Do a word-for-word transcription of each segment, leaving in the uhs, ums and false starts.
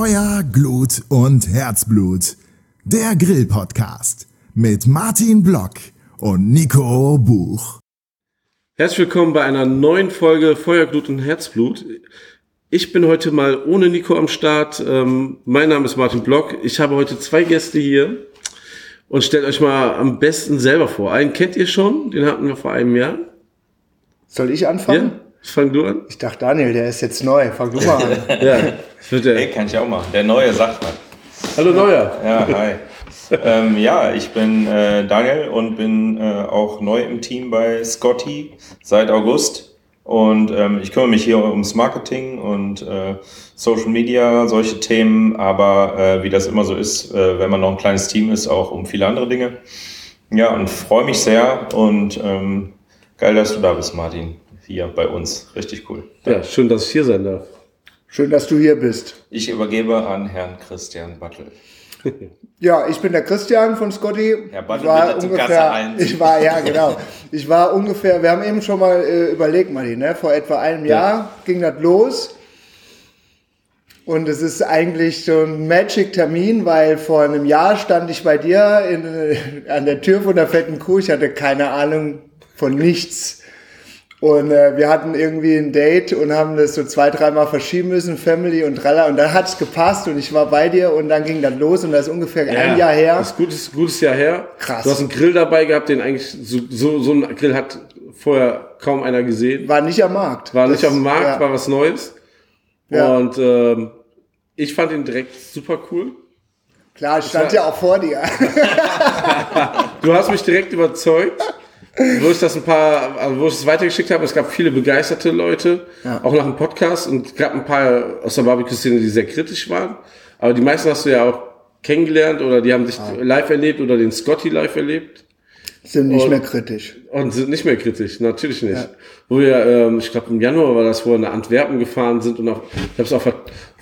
Feuer, Glut und Herzblut. Der Grill-Podcast mit Martin Block und Nico Buch. Herzlich willkommen bei einer neuen Folge Feuer, Glut und Herzblut. Ich bin heute mal ohne Nico am Start. Ähm, mein Name ist Martin Block. Ich habe heute zwei Gäste hier und stellt euch mal am besten selber vor. Einen kennt ihr schon, den hatten wir vor einem Jahr. Soll ich anfangen? Ja, fang du an. Ich dachte, Daniel, der ist jetzt neu. Fang du mal an. Ja, das wird der. Hey, kann ich auch machen. Der Neue sagt man. Hallo Neuer. Ja, hi. ähm, ja, ich bin äh, Daniel und bin äh, auch neu im Team bei Scotty seit August. Und ähm, ich kümmere mich hier ums Marketing und äh, Social Media, solche Themen. Aber äh, wie das immer so ist, äh, wenn man noch ein kleines Team ist, auch um viele andere Dinge. Ja, und freue mich sehr und ähm, geil, dass du da bist, Martin. Hier bei uns. Richtig cool. Ja, schön, dass ich hier sein darf. Schön, dass du hier bist. Ich übergebe an Herrn Christian Battel. Ja, ich bin der Christian von Scotty. Herr Battel, ich war bitte ungefähr, zur Kasse eins. ich war, ja genau, ich war ungefähr, wir haben eben schon mal äh, überlegt, Martin, ne? Vor etwa einem Ja. Jahr ging das los. Und es ist eigentlich so ein Magic-Termin, weil vor einem Jahr stand ich bei dir in, an der Tür von der fetten Kuh. Ich hatte keine Ahnung von nichts. Und äh, wir hatten irgendwie ein Date und haben das so zwei, dreimal verschieben müssen, Family und tralla. Und dann hat es gepasst und ich war bei dir und dann ging das los und das ist ungefähr Ja, ein Jahr her. Das ist gutes, gutes Jahr her. Krass. Du hast einen Grill dabei gehabt, den eigentlich so, so, so ein Grill hat vorher kaum einer gesehen. War nicht am Markt. War Das- nicht auf dem Markt, ja. war was Neues. Ja. Und ähm, ich fand ihn direkt super cool. Klar, ich stand war- ja auch vor dir. Du hast mich direkt überzeugt, wo ich das ein paar, also wo ich es weitergeschickt habe. Es gab viele begeisterte Leute, Ja. auch nach dem Podcast, und es gab ein paar aus der Barbecue-Szene, die sehr kritisch waren. Aber die meisten hast du ja auch kennengelernt oder die haben dich live erlebt oder den Scotty live erlebt. Sind nicht Und- mehr kritisch. Und sind nicht mehr kritisch, natürlich nicht. Ja. Wo wir, ähm, ich glaube im Januar war das, wo wir nach Antwerpen gefahren sind und auch, ich habe es auf der,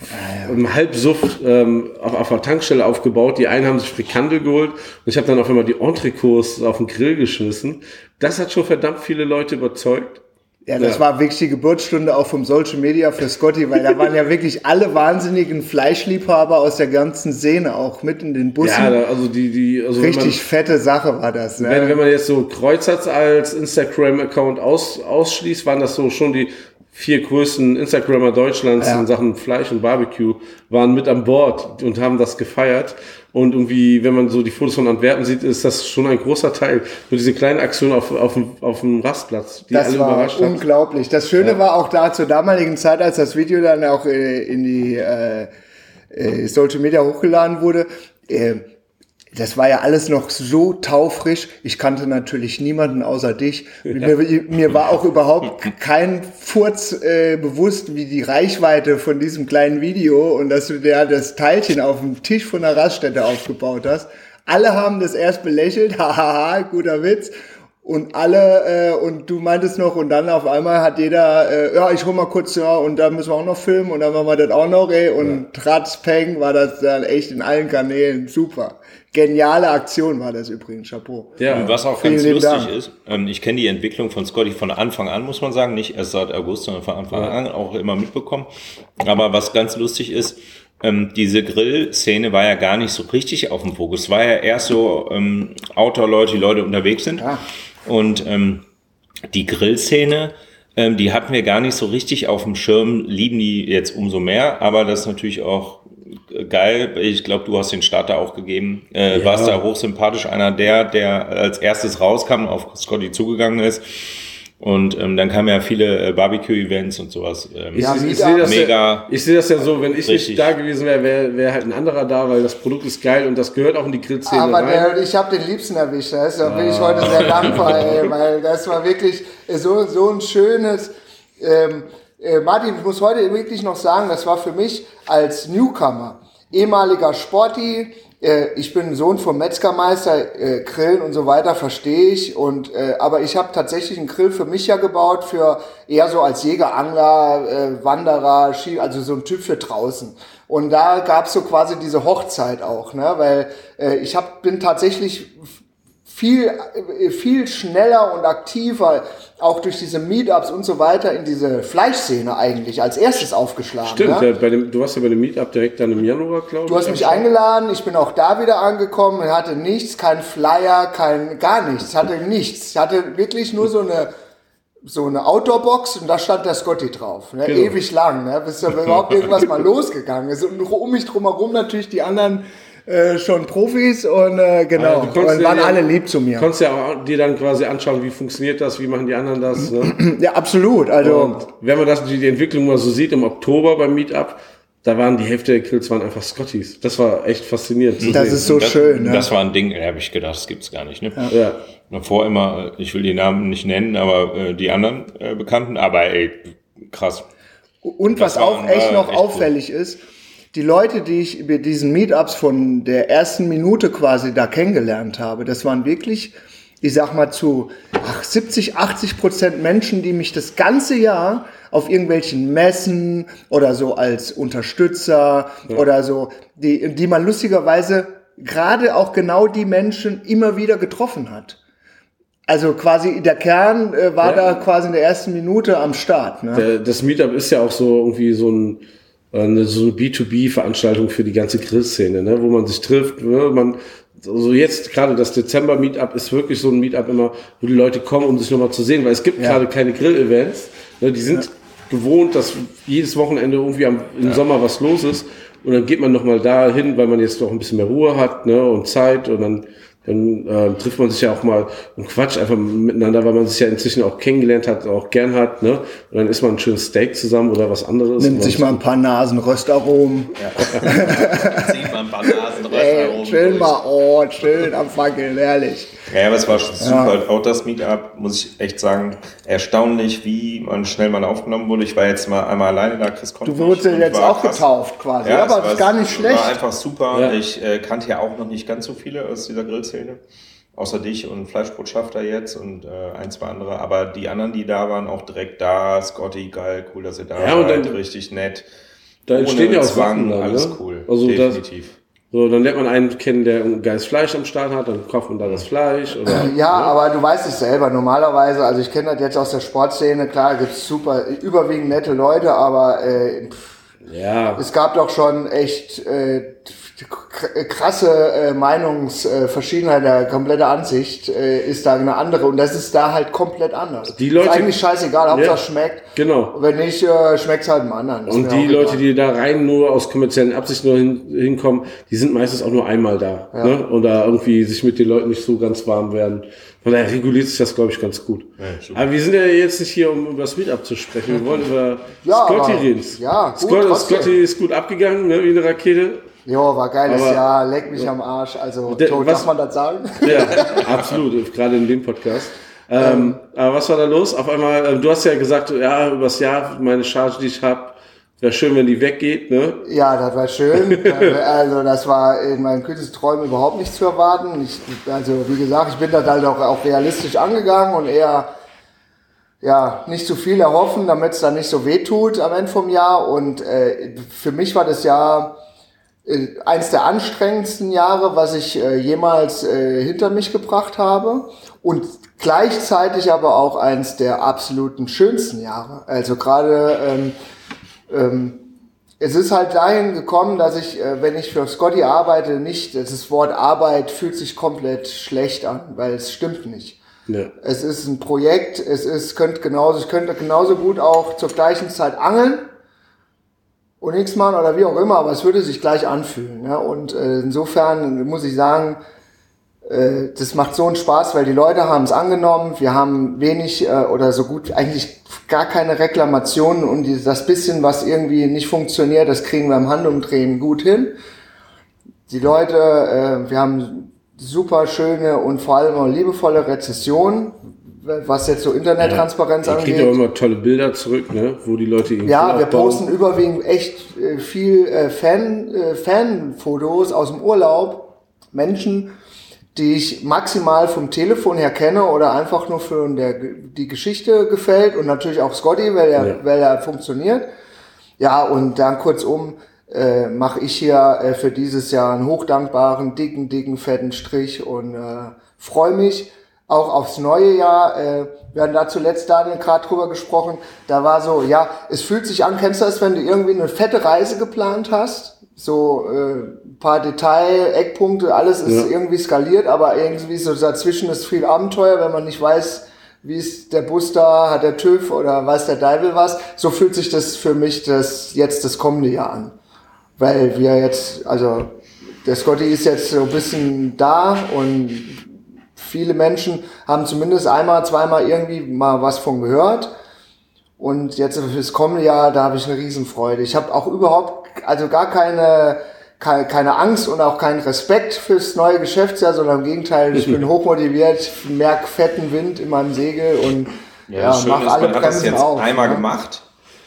im Halbsuft ähm, auf, auf der Tankstelle aufgebaut. Die einen haben sich Frikandel geholt und ich habe dann auf einmal die Entrecôtes auf den Grill geschmissen. Das hat schon verdammt viele Leute überzeugt. Ja, das Ja. war wirklich die Geburtsstunde auch vom Social Media für Scotty, weil da waren ja wirklich alle wahnsinnigen Fleischliebhaber aus der ganzen Szene auch mit in den Bussen. Ja, da, also die, die, also Richtig fette Sache war das. Ne? Wenn, wenn man jetzt so Kreuzerz als Instagram-Account aus, ausschließt, waren das so schon die vier größten Instagrammer Deutschlands Ja. in Sachen Fleisch und Barbecue, waren mit an Bord und haben das gefeiert. Und irgendwie, wenn man so die Fotos von Antwerpen sieht, ist das schon ein großer Teil. Nur diese kleine Aktion auf, auf, dem, auf dem Rastplatz, die Das alle war überrascht hat. unglaublich. Das Schöne Ja. war auch da zur damaligen Zeit, als das Video dann auch äh, in die äh, äh, Social Media hochgeladen wurde. Äh, das war ja alles noch so taufrisch. Ich kannte natürlich niemanden außer dich. Mir, mir war auch überhaupt kein Furz äh, bewusst, wie die Reichweite von diesem kleinen Video und dass du da das Teilchen auf dem Tisch von der Raststätte aufgebaut hast. Alle haben das erst belächelt. Hahaha, guter Witz. Und alle, äh, und du meintest noch, und dann auf einmal hat jeder, äh, ja, ich hol mal kurz, ja, und dann müssen wir auch noch filmen, und dann machen wir das auch noch, ey, und ja. Tratz, Peng, war das dann echt in allen Kanälen super. Geniale Aktion war das übrigens, Chapeau. Ja. Und was auch Vielen ganz lieben lustig Dank. ist, ähm, ich kenne die Entwicklung von Scotty von Anfang an, muss man sagen, nicht erst seit August, sondern von Anfang an auch immer mitbekommen. Aber was ganz lustig ist, ähm, diese Grill-Szene war ja gar nicht so richtig auf dem Fokus. Es war ja erst so ähm, Outdoor-Leute, die Leute unterwegs sind. Ja. Und ähm, die Grillszene, ähm, die hatten wir gar nicht so richtig auf dem Schirm, lieben die jetzt umso mehr, aber das ist natürlich auch geil. Ich glaube, du hast den Starter auch gegeben, äh, Ja. warst da hochsympathisch, einer der, der als erstes rauskam, auf Scotty zugegangen ist. Und ähm, dann kamen ja viele äh, Barbecue-Events und sowas. Ähm, Ja, ich, ich, mega. sehe das Mega. ja, ich sehe das ja so, wenn ich Richtig. nicht da gewesen wäre, wäre wär halt ein anderer da, weil das Produkt ist geil und das gehört auch in die Grillszene Aber rein. der, ich habe den Liebsten erwischt, das, da bin ich heute sehr dankbar, ey, weil das war wirklich so, so ein schönes, ähm, äh, Martin, ich muss heute wirklich noch sagen, das war für mich als Newcomer, ehemaliger Sporty, äh, ich bin Sohn vom Metzgermeister, äh, Grillen und so weiter, verstehe ich, und, äh, aber ich habe tatsächlich einen Grill für mich ja gebaut, für eher so als Jäger, Angler, äh, Wanderer, Ski, also so ein Typ für draußen. Und da gab's so quasi diese Hochzeit auch, ne, weil äh, ich hab, bin tatsächlich viel, viel schneller und aktiver, auch durch diese Meetups und so weiter, in diese Fleischszene eigentlich als erstes aufgeschlagen. Stimmt, ja? ja, bei dem, du warst ja bei dem Meetup direkt dann im Januar, glaube ich. Du hast mich eingeladen, ich bin auch da wieder angekommen, hatte nichts, kein Flyer, kein, gar nichts, hatte nichts. Ich hatte wirklich nur so eine, so eine Outdoor-Box und da stand der Scotty drauf. Ne? Genau. Ewig lang, ne? Bis da überhaupt irgendwas mal losgegangen ist. Und um mich drumherum natürlich die anderen Äh, schon Profis und äh, genau, Also und waren ja, alle lieb zu mir. Du konntest ja auch dir dann quasi anschauen, wie funktioniert das, wie machen die anderen das. Ne? Ja, absolut. Also Und wenn man das, die Entwicklung mal so sieht, im Oktober beim Meetup, da waren die Hälfte der Grills waren einfach Scottys. Das war echt faszinierend zu das sehen. ist so das, schön. Ne? Das war ein Ding, da habe ich gedacht, das gibt's gar nicht. Ne? Ja. Davor immer, ich will die Namen nicht nennen, aber äh, die anderen äh, Bekannten, aber ey, krass. Und Das was auch waren, echt äh, noch echt auffällig ist, die Leute, die ich über diesen Meetups von der ersten Minute quasi da kennengelernt habe, das waren wirklich, ich sag mal zu ach, siebzig, achtzig Prozent Menschen, die mich das ganze Jahr auf irgendwelchen Messen oder so als Unterstützer ja. oder so, die, die man lustigerweise gerade auch genau die Menschen immer wieder getroffen hat. Also quasi der Kern äh, war ja. da quasi in der ersten Minute am Start. Ne? Der, das Meetup ist ja auch so irgendwie so ein eine, so eine B zwei B-Veranstaltung für die ganze Grillszene, ne, wo man sich trifft, ne, man, also jetzt gerade das Dezember-Meetup ist wirklich so ein Meetup immer, wo die Leute kommen, um sich nochmal zu sehen, weil es gibt ja. gerade keine Grill-Events, ne, die sind ja. gewohnt, dass jedes Wochenende irgendwie am, im ja. Sommer was los ist und dann geht man nochmal da hin, weil man jetzt noch ein bisschen mehr Ruhe hat, ne, und Zeit und dann Dann äh, trifft man sich ja auch mal und quatscht einfach miteinander, weil man sich ja inzwischen auch kennengelernt hat, auch gern hat, ne? Und dann isst man ein schönes Steak zusammen oder was anderes. Nimmt sich mal ein paar Nasen Röstaromen. Ja. Zieht mal ein paar Nasen Röstaromen. Schön mal, oh, schön am Fackeln, ehrlich. Ja, aber es war super. Ja. Auch das Meetup, muss ich echt sagen, erstaunlich, wie man schnell mal aufgenommen wurde. Ich war jetzt mal einmal alleine da, Chris konnte Du wurdest jetzt auch krass. getauft quasi, ja, aber das ist gar nicht schlecht. War einfach super. Ja. Ich äh, kannte ja auch noch nicht ganz so viele aus dieser Grillszene. Außer dich und Fleischbrotschafter jetzt und äh, ein, zwei andere. Aber die anderen, die da waren, auch direkt da. Scotty, geil, cool, dass ihr da ja, seid. Dann, richtig nett. Da entstehen ja auch Zwang, Sachen, alles ne? cool. Also definitiv. Das, so, dann lernt man einen kennen, der ein geiles Fleisch am Start hat, dann kauft man da das Fleisch. Oder, ja, ja, aber du weißt es selber. Normalerweise, also ich kenne das jetzt aus der Sportszene, klar, gibt's super, überwiegend nette Leute, aber äh, ja. es gab doch schon echt äh, krasse äh, Meinungsverschiedenheit, der komplette Ansicht äh, ist da eine andere und das ist da halt komplett anders. Die Leute, ist eigentlich scheißegal, Hauptsache ja, schmeckt. Genau. Wenn nicht, äh, schmeckt's halt einem anderen. Das und die Leute, die da rein nur aus kommerziellen Absichten nur hin, hinkommen, die sind meistens auch nur einmal da. Ja. Ne? Und da irgendwie sich mit den Leuten nicht so ganz warm werden. Von daher reguliert sich das, glaube ich, ganz gut. Ja, aber wir sind ja jetzt nicht hier, um über das Meetup zu sprechen. Wir wollen über ja, Scotty reden. Ja, gut, Scotty, Scotty ist gut abgegangen, ne, wie eine Rakete. Jo, war geiles aber, Jahr, leck mich ja. am Arsch. Also, der, tot, was, darf man das sagen? Ja, absolut, gerade in dem Podcast. Ähm, ähm, aber was war da los? Auf einmal, äh, du hast ja gesagt, ja, übers Jahr, meine Charge, die ich habe, wäre schön, wenn die weggeht, ne? Ja, das war schön. Also, das war in meinen kühlsten Träumen überhaupt nicht zu erwarten. Ich, also, wie gesagt, ich bin da halt auch, auch realistisch angegangen und eher, ja, nicht zu viel erhoffen, damit es dann nicht so weh tut am Ende vom Jahr. Und äh, für mich war das Jahr äh, eins der anstrengendsten Jahre, was ich äh, jemals äh, hinter mich gebracht habe. Und gleichzeitig aber auch eins der absoluten schönsten Jahre. Also gerade ähm, ähm, es ist halt dahin gekommen, dass ich, äh, wenn ich für Scotty arbeite, nicht, das Wort Arbeit fühlt sich komplett schlecht an, weil es stimmt nicht. Ja. Es ist ein Projekt, es ist, könnte genauso, ich könnte genauso gut auch zur gleichen Zeit angeln und nichts machen oder wie auch immer, aber es würde sich gleich anfühlen. Ja? Und äh, insofern muss ich sagen, äh, das macht so einen Spaß, weil die Leute haben es angenommen, wir haben wenig äh, oder so gut, eigentlich gar keine Reklamationen und die, das bisschen, was irgendwie nicht funktioniert, das kriegen wir im Handumdrehen gut hin. Die Leute, äh, wir haben super schöne und vor allem auch liebevolle Rezession, was jetzt so Internettransparenz ja, angeht. Ich kriege auch immer tolle Bilder zurück, ne, wo die Leute ihn Ja, wir posten überwiegend echt äh, viel äh, Fan, äh, Fanfotos aus dem Urlaub. Menschen, die ich maximal vom Telefon her kenne oder einfach nur für der, die Geschichte gefällt und natürlich auch Scotty, weil er, ja. weil er funktioniert. Ja, und dann kurzum, Äh, mache ich hier äh, für dieses Jahr einen hochdankbaren, dicken, dicken, fetten Strich und äh, freue mich auch aufs neue Jahr. Äh, wir hatten da zuletzt, Daniel, gerade drüber gesprochen. Da war so, ja, es fühlt sich an, kennst du das, wenn du irgendwie eine fette Reise geplant hast? So äh, ein paar Detail, Eckpunkte, alles ist ja. irgendwie skaliert, aber irgendwie so dazwischen ist viel Abenteuer, wenn man nicht weiß, wie ist der Bus da, hat der TÜV oder weiß der Deibel was. So fühlt sich das für mich das jetzt das kommende Jahr an. Weil wir jetzt, also der Scotty ist jetzt so ein bisschen da und viele Menschen haben zumindest einmal, zweimal irgendwie mal was von gehört. Und jetzt fürs kommende Jahr, da habe ich eine Riesenfreude. Ich habe auch überhaupt, also gar keine, keine, keine Angst und auch keinen Respekt fürs neue Geschäftsjahr, sondern im Gegenteil, ich bin hochmotiviert, merke fetten Wind in meinem Segel und ja, ja mache alle man Bremsen auf. Man hat das jetzt auf, einmal ja. gemacht.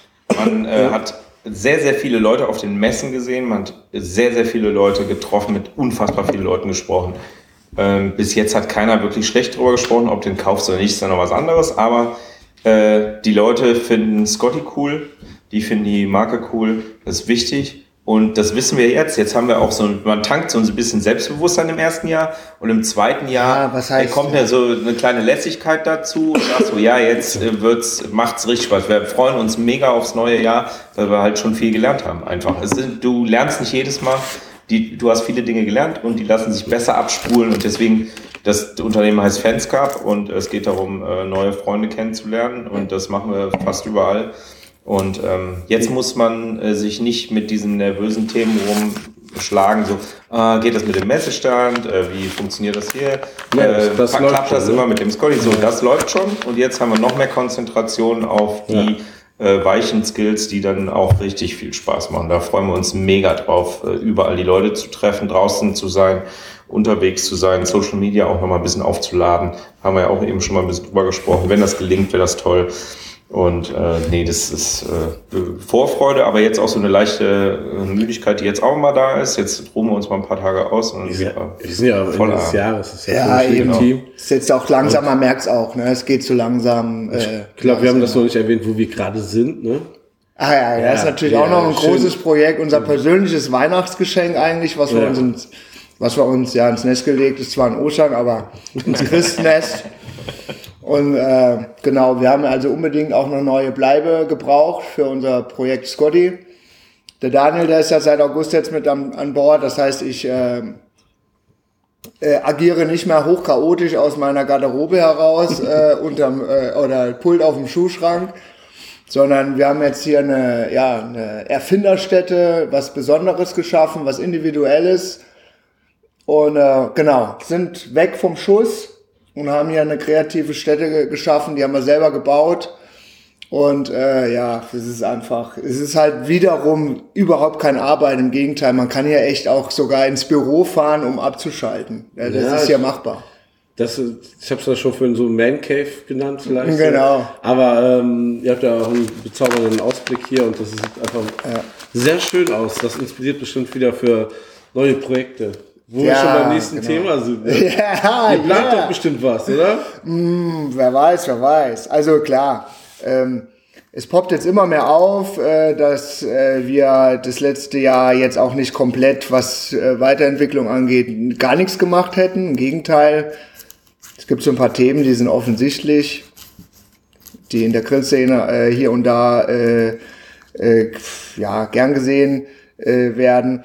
Man äh, hat sehr, sehr viele Leute auf den Messen gesehen. Man hat sehr, sehr viele Leute getroffen, mit unfassbar vielen Leuten gesprochen. Ähm, bis jetzt hat keiner wirklich schlecht drüber gesprochen, ob den kaufst oder nicht, ist dann noch was anderes. Aber äh, die Leute finden Scotty cool, die finden die Marke cool, das ist wichtig. Und das wissen wir jetzt. Jetzt haben wir auch so, man tankt so ein bisschen Selbstbewusstsein im ersten Jahr und im zweiten Jahr ja, was heißt, kommt ja so eine kleine Lässigkeit dazu und sagst so, ja, jetzt äh, wird's, macht's richtig Spaß. Wir freuen uns mega aufs neue Jahr, weil wir halt schon viel gelernt haben. Einfach. Es sind, du lernst nicht jedes Mal, die, du hast viele Dinge gelernt und die lassen sich besser abspulen und deswegen, das Unternehmen heißt Fanscup und es geht darum, neue Freunde kennenzulernen und das machen wir fast überall. Und ähm, jetzt muss man äh, sich nicht mit diesen nervösen Themen rumschlagen, so, äh, geht das mit dem Messestand, äh, wie funktioniert das hier, ja, das, äh, das klappt das schon, immer ne? mit dem Scotty, so, das läuft schon und jetzt haben wir noch mehr Konzentration auf die ja. äh, weichen Skills, die dann auch richtig viel Spaß machen. Da freuen wir uns mega drauf, äh, überall die Leute zu treffen, draußen zu sein, unterwegs zu sein, Social Media auch nochmal ein bisschen aufzuladen, haben wir ja auch eben schon mal ein bisschen drüber gesprochen, wenn das gelingt, wäre das toll. Und äh, nee, das ist äh, Vorfreude, aber jetzt auch so eine leichte äh, Müdigkeit, die jetzt auch mal da ist. Jetzt ruhen wir uns mal ein paar Tage aus. Und wir sind ja am Ende des Jahres. Das ist ja, ja eben. Team. Ist jetzt auch langsam, man merkt es auch, ne? Es geht so langsam. Äh, ich glaube, wir haben das noch nicht erwähnt, wo wir gerade sind, ne? Ah ja, ja, das ist natürlich ja, auch noch ein schön. großes Projekt. Unser persönliches Weihnachtsgeschenk eigentlich, was wir ja. uns ins, was wir uns ja ins Nest gelegt ist, zwar ein Ostern, aber ins Christennest. Und äh, genau, wir haben also unbedingt auch eine neue Bleibe gebraucht für unser Projekt Scotty. Der Daniel, der ist ja seit August jetzt mit an, an Bord. Das heißt, ich äh, äh, agiere nicht mehr hochchaotisch aus meiner Garderobe heraus äh, unterm, äh, oder Pult auf dem Schuhschrank, sondern wir haben jetzt hier eine, ja, eine Erfinderstätte, was Besonderes geschaffen, was Individuelles. Und äh, genau, sind weg vom Schuss. Und haben hier eine kreative Stätte geschaffen, die haben wir selber gebaut. Und äh, ja, es ist einfach, es ist halt wiederum überhaupt keine Arbeit. Im Gegenteil, man kann hier echt auch sogar ins Büro fahren, um abzuschalten. Ja, das ja, ist ja machbar. Das, ich habe es ja schon für so einen Man Cave genannt vielleicht. Genau. Aber ähm, ihr habt ja auch einen bezaubernden Ausblick hier und das sieht einfach ja. sehr schön aus. Das inspiriert bestimmt wieder für neue Projekte. Wo ja, wir schon beim nächsten genau. Thema sind. Ne? Ja, Ihr plant ja. doch bestimmt was, oder? Mm, wer weiß, wer weiß. Also klar, ähm, es poppt jetzt immer mehr auf, äh, dass äh, wir das letzte Jahr jetzt auch nicht komplett, was äh, Weiterentwicklung angeht, gar nichts gemacht hätten. Im Gegenteil, es gibt so ein paar Themen, die sind offensichtlich, die in der Grillszene äh, hier und da äh, äh, ja, gern gesehen äh, werden.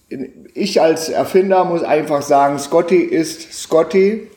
Ich als Erfinder muss einfach sagen, Scotty ist Scotty.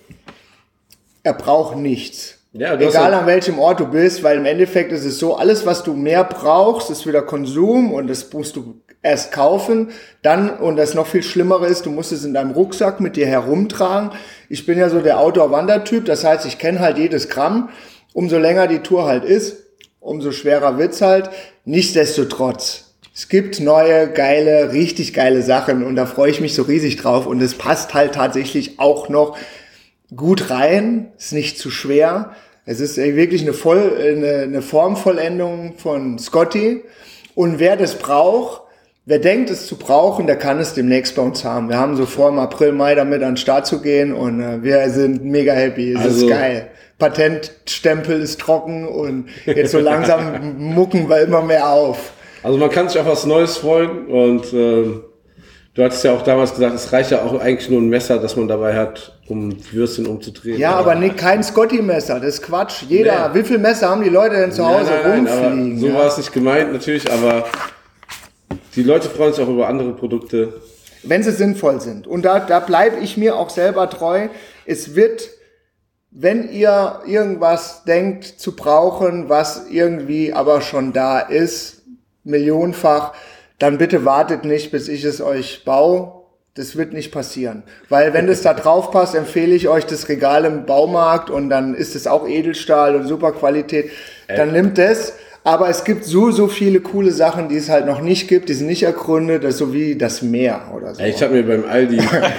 Er braucht nichts. Ja, egal an welchem Ort du bist, weil im Endeffekt ist es so, alles was du mehr brauchst, ist wieder Konsum und das musst du erst kaufen. Dann, und das noch viel Schlimmere ist, du musst es in deinem Rucksack mit dir herumtragen. Ich bin ja so der Outdoor-Wandertyp, das heißt, ich kenne halt jedes Gramm. Umso länger die Tour halt ist, umso schwerer wird's halt. Nichtsdestotrotz. Es gibt neue, geile, richtig geile Sachen und da freue ich mich so riesig drauf und es passt halt tatsächlich auch noch gut rein, ist nicht zu schwer. Es ist wirklich eine, Voll, eine, eine Formvollendung von Scotty und wer das braucht, wer denkt es zu brauchen, der kann es demnächst bei uns haben. Wir haben so vor, im April, Mai damit an den Start zu gehen und äh, wir sind mega happy, es also ist geil. Patentstempel ist trocken und jetzt so langsam mucken wir immer mehr auf. Also man kann sich auf was Neues freuen und äh, du du hattest ja auch damals gesagt, es reicht ja auch eigentlich nur ein Messer, das man dabei hat, um die Würstchen umzudrehen. Ja, aber nicht, kein Scotty-Messer, das ist Quatsch. Jeder, Nee. wie viele Messer haben die Leute denn zu Hause nein, nein, nein, rumfliegen? aber so ja? war es nicht gemeint, natürlich, aber die Leute freuen sich auch über andere Produkte. Wenn sie sinnvoll sind. Und da, da bleibe ich mir auch selber treu. Es wird, wenn ihr irgendwas denkt zu brauchen, was irgendwie aber schon da ist, millionenfach, dann bitte wartet nicht, bis ich es euch baue. Das wird nicht passieren. Weil wenn das da drauf passt, empfehle ich euch das Regal im Baumarkt und dann ist es auch Edelstahl und super Qualität. Dann nimmt das. Aber es gibt so, so viele coole Sachen, die es halt noch nicht gibt, die sind nicht ergründet, das ist so wie das Meer oder so. Ey, ich habe mir beim Aldi,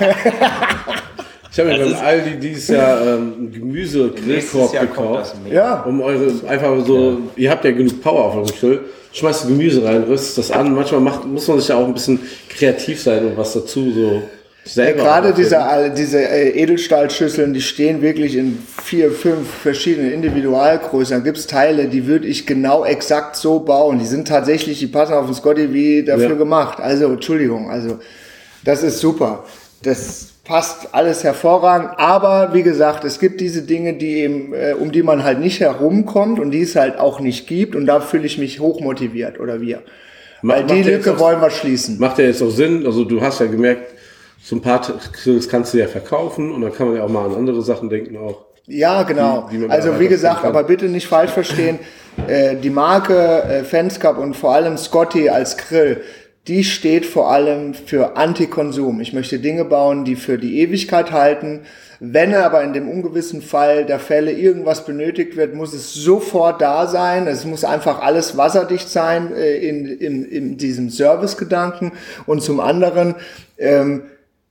ich habe mir beim Aldi dieses Jahr ähm, einen Gemüse-Grillkorb gekauft, Ja. um eure, einfach so, ihr habt ja genug Power auf eurem Grill, schmeißt Gemüse rein, rüstet das an, manchmal macht, muss man sich ja auch ein bisschen kreativ sein und was dazu so selber. Ja, gerade auffinden. diese, all- diese äh, Edelstahlschüsseln, die stehen wirklich in vier, fünf verschiedenen Individualgrößen. Da gibt's Teile, die würde ich genau exakt so bauen. Die sind tatsächlich, die passen auf den Scotty wie dafür Ja. gemacht. Also, Entschuldigung, also das ist super. Das passt alles hervorragend. Aber wie gesagt, es gibt diese Dinge, die eben, äh, um die man halt nicht herumkommt und die es halt auch nicht gibt. Und da fühle ich mich hochmotiviert, oder wir. Ma- Weil die macht ja jetzt Lücke auch- wollen wir schließen. Macht ja jetzt auch Sinn, also du hast ja gemerkt, so ein paar Grills kannst du ja verkaufen und dann kann man ja auch mal an andere Sachen denken auch. Ja, genau. Wie- wie man also da wie gesagt, weiterkommen kann. aber bitte nicht falsch verstehen, äh, die Marke äh, Fanscup und vor allem Scotty als Grill, die steht vor allem für Antikonsum. Ich möchte Dinge bauen, die für die Ewigkeit halten. Wenn aber in dem ungewissen Fall der Fälle irgendwas benötigt wird, muss es sofort da sein. Es muss einfach alles wasserdicht sein äh, in, in, in diesem Servicegedanken. Und zum anderen ähm,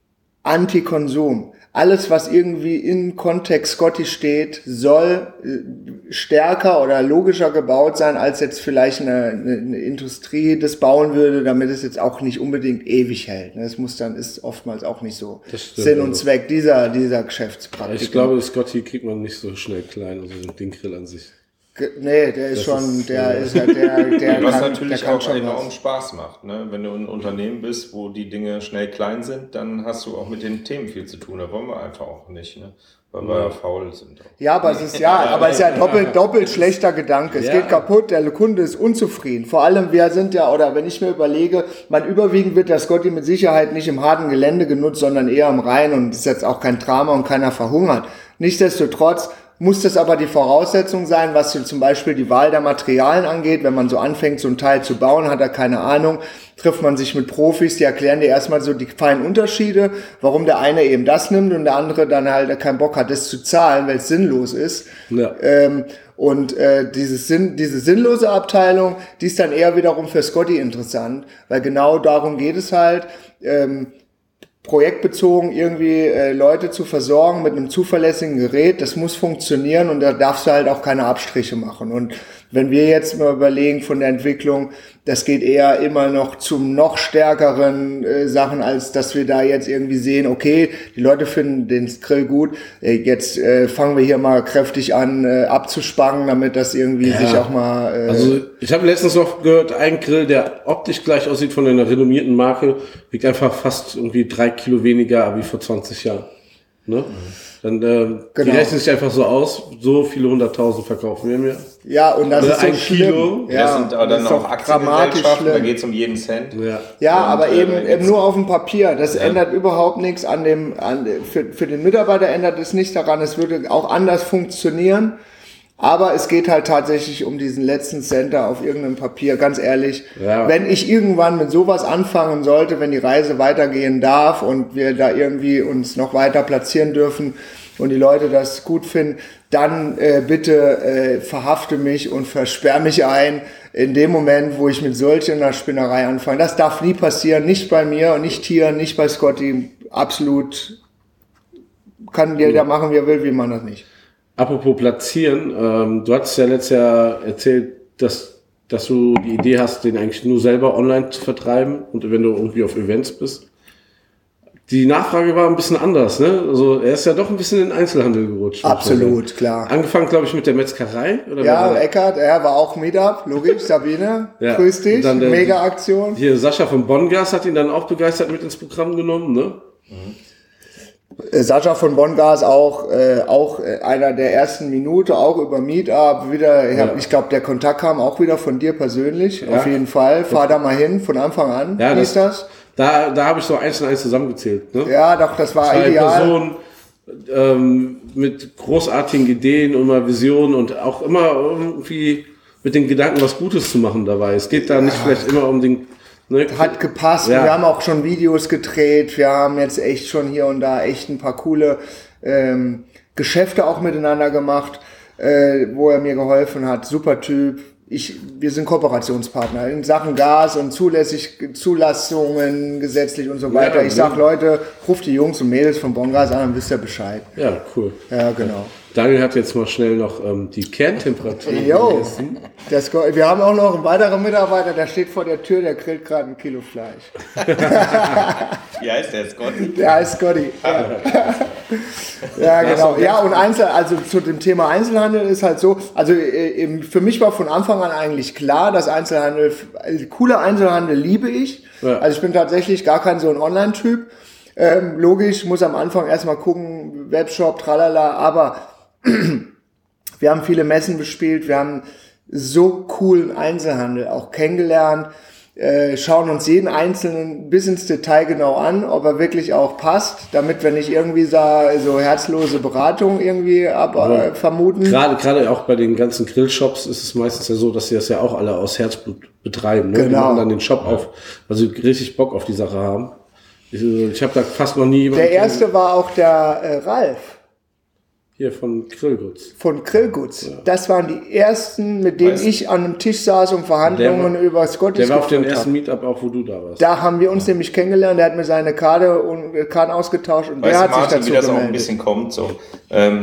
Antikonsum. Alles, was irgendwie im Kontext Scotty steht, soll äh, stärker oder logischer gebaut sein, als jetzt vielleicht eine, eine, eine Industrie das bauen würde, damit es jetzt auch nicht unbedingt ewig hält. Das muss dann, ist oftmals auch nicht so Das stimmt, Sinn und also. Zweck dieser, dieser Geschäftspraktik. Ich glaube, Scotty kriegt man nicht so schnell klein, also den Grill an sich. Ge- Nee, der ist Das schon, ist, der ja. ist halt, der, der Was kann, natürlich der kann auch schon enorm was. Spaß macht. Ne? Wenn du ein Unternehmen bist, wo die Dinge schnell klein sind, dann hast du auch mit den Themen viel zu tun. Da wollen wir einfach auch nicht, ne? Weil wir ja faul sind. Auch. Ja, aber es ist ja, aber es ist ja doppelt, doppelt schlechter Gedanke. Es Ja. geht kaputt, der Kunde ist unzufrieden. Vor allem, wir sind ja, oder wenn ich mir überlege, man überwiegend wird der Scotty mit Sicherheit nicht im harten Gelände genutzt, sondern eher im Rhein und ist jetzt auch kein Drama und keiner verhungert. Nichtsdestotrotz muss das aber die Voraussetzung sein, was so zum Beispiel die Wahl der Materialien angeht. Wenn man so anfängt, so ein Teil zu bauen, hat er keine Ahnung, trifft man sich mit Profis, die erklären dir erstmal so die feinen Unterschiede, warum der eine eben das nimmt und der andere dann halt keinen Bock hat, das zu zahlen, weil es sinnlos ist. Ja. Ähm, und äh, dieses Sinn, diese sinnlose Abteilung, die ist dann eher wiederum für Scotty interessant, weil genau darum geht es halt, ähm, projektbezogen irgendwie äh, Leute zu versorgen mit einem zuverlässigen Gerät, das muss funktionieren und da darfst du halt auch keine Abstriche machen. Und wenn wir jetzt mal überlegen von der Entwicklung, das geht eher immer noch zum noch stärkeren äh, Sachen, als dass wir da jetzt irgendwie sehen, okay, die Leute finden den Grill gut, äh, jetzt äh, fangen wir hier mal kräftig an äh, abzuspannen, damit das irgendwie Ja. sich auch mal... Äh, Also ich habe letztens noch gehört, ein Grill, der optisch gleich aussieht von einer renommierten Marke, wiegt einfach fast irgendwie drei Kilo weniger wie vor zwanzig Jahren. Ne? Dann ähm, Genau. die rechnen sich einfach so aus, so viele hunderttausend verkaufen wir mir. ja, und das Oder ist so ein schlimm. Kilo. Ja, das sind aber das dann ist auch doch dramatisch Aktiengesellschaften, da schlimm. geht es um jeden Cent. Ja. Ja, Und, aber äh, eben, da eben geht's- nur auf dem Papier. Das ändert überhaupt nichts an dem, an, für, für den Mitarbeiter ändert es nichts daran. Es würde auch anders funktionieren. Aber es geht halt tatsächlich um diesen letzten Center auf irgendeinem Papier. Ganz ehrlich, Ja. wenn ich irgendwann mit sowas anfangen sollte, wenn die Reise weitergehen darf und wir da irgendwie uns noch weiter platzieren dürfen und die Leute das gut finden, dann äh, bitte äh, verhafte mich und versperr mich ein in dem Moment, wo ich mit solch einer Spinnerei anfange. Das darf nie passieren, nicht bei mir und nicht hier, nicht bei Scotty. Absolut kann jeder machen, wie er will, wie man das nicht. Apropos platzieren, ähm, du hattest ja letztes Jahr erzählt, dass, dass du die Idee hast, den eigentlich nur selber online zu vertreiben und wenn du irgendwie auf Events bist. die Nachfrage war ein bisschen anders, ne? Also er ist ja doch ein bisschen in den Einzelhandel gerutscht. Absolut, klar. Angefangen, glaube ich, mit der Metzgerei. Oder ja, Eckart, er war auch Meetup, logisch, Sabine, ja. grüß dich, der, mega Aktion. Hier, Sascha von Bongas hat ihn dann auch begeistert mit ins Programm genommen, ne? Mhm. Sascha von Bongas auch, äh, auch einer der ersten Minute, auch über Meetup, wieder, ja. ich glaube, der Kontakt kam auch wieder von dir persönlich, ja. auf jeden Fall, fahr da mal hin, von Anfang an, ja, wie ist das? Da, da habe ich so eins und eins zusammengezählt. Ne? Ja, doch, das war Zwei ideal. Personen ähm, mit großartigen Ideen und mal Visionen und auch immer irgendwie mit den Gedanken, was Gutes zu machen dabei. Es geht da nicht ja. vielleicht immer um den... Ne? Hat gepasst. Ja. Wir haben auch schon Videos gedreht. Wir haben jetzt echt schon hier und da echt ein paar coole ähm, Geschäfte auch miteinander gemacht, äh, wo er mir geholfen hat. Super Typ. Ich, wir sind Kooperationspartner in Sachen Gas und zulässig, Zulassungen gesetzlich und so weiter. Ja, ich sag, Leute, ruft die Jungs und Mädels von Bongas an, dann wisst ihr Bescheid. Ja, cool. Ja, genau. Daniel hat jetzt mal schnell noch ähm, die Kerntemperatur gemessen. Wir haben auch noch einen weiteren Mitarbeiter, der steht vor der Tür, der grillt gerade ein Kilo Fleisch. Wie heißt der? Scotty? Der heißt Scotty. Ja, ja genau. Ja, und Einzel, also zu dem Thema Einzelhandel ist halt so, also für mich war von Anfang an eigentlich klar, dass Einzelhandel, also coole Einzelhandel liebe ich. Ja. Also ich bin tatsächlich gar kein so ein Online-Typ. Ähm, logisch, muss am Anfang erstmal gucken, Webshop, tralala, aber wir haben viele Messen bespielt, wir haben so coolen Einzelhandel auch kennengelernt, äh, schauen uns jeden einzelnen bis ins Detail genau an, ob er wirklich auch passt, damit wir nicht irgendwie so, so herzlose Beratung irgendwie ab, äh, vermuten. Gerade gerade auch bei den ganzen Grillshops ist es meistens ja so, dass sie das ja auch alle aus Herzblut betreiben. Ne? Genau. Die machen dann den Shop auf, weil sie richtig Bock auf die Sache haben. Ich, ich habe da fast noch nie jemanden. Der erste war auch der äh, Ralf. Hier von Grillguts. Von Grillguts. Ja. Das waren die ersten, mit denen weißt, ich an einem Tisch saß und Verhandlungen war, über Scotty. Der war auf dem ersten Meetup auch, wo du da warst. Da haben wir uns ja. nämlich kennengelernt. Der hat mir seine Karte und Karten ausgetauscht und weißt der hat Martin, sich dazu wie das gemeldet. Auch ein bisschen kommt. So, ähm,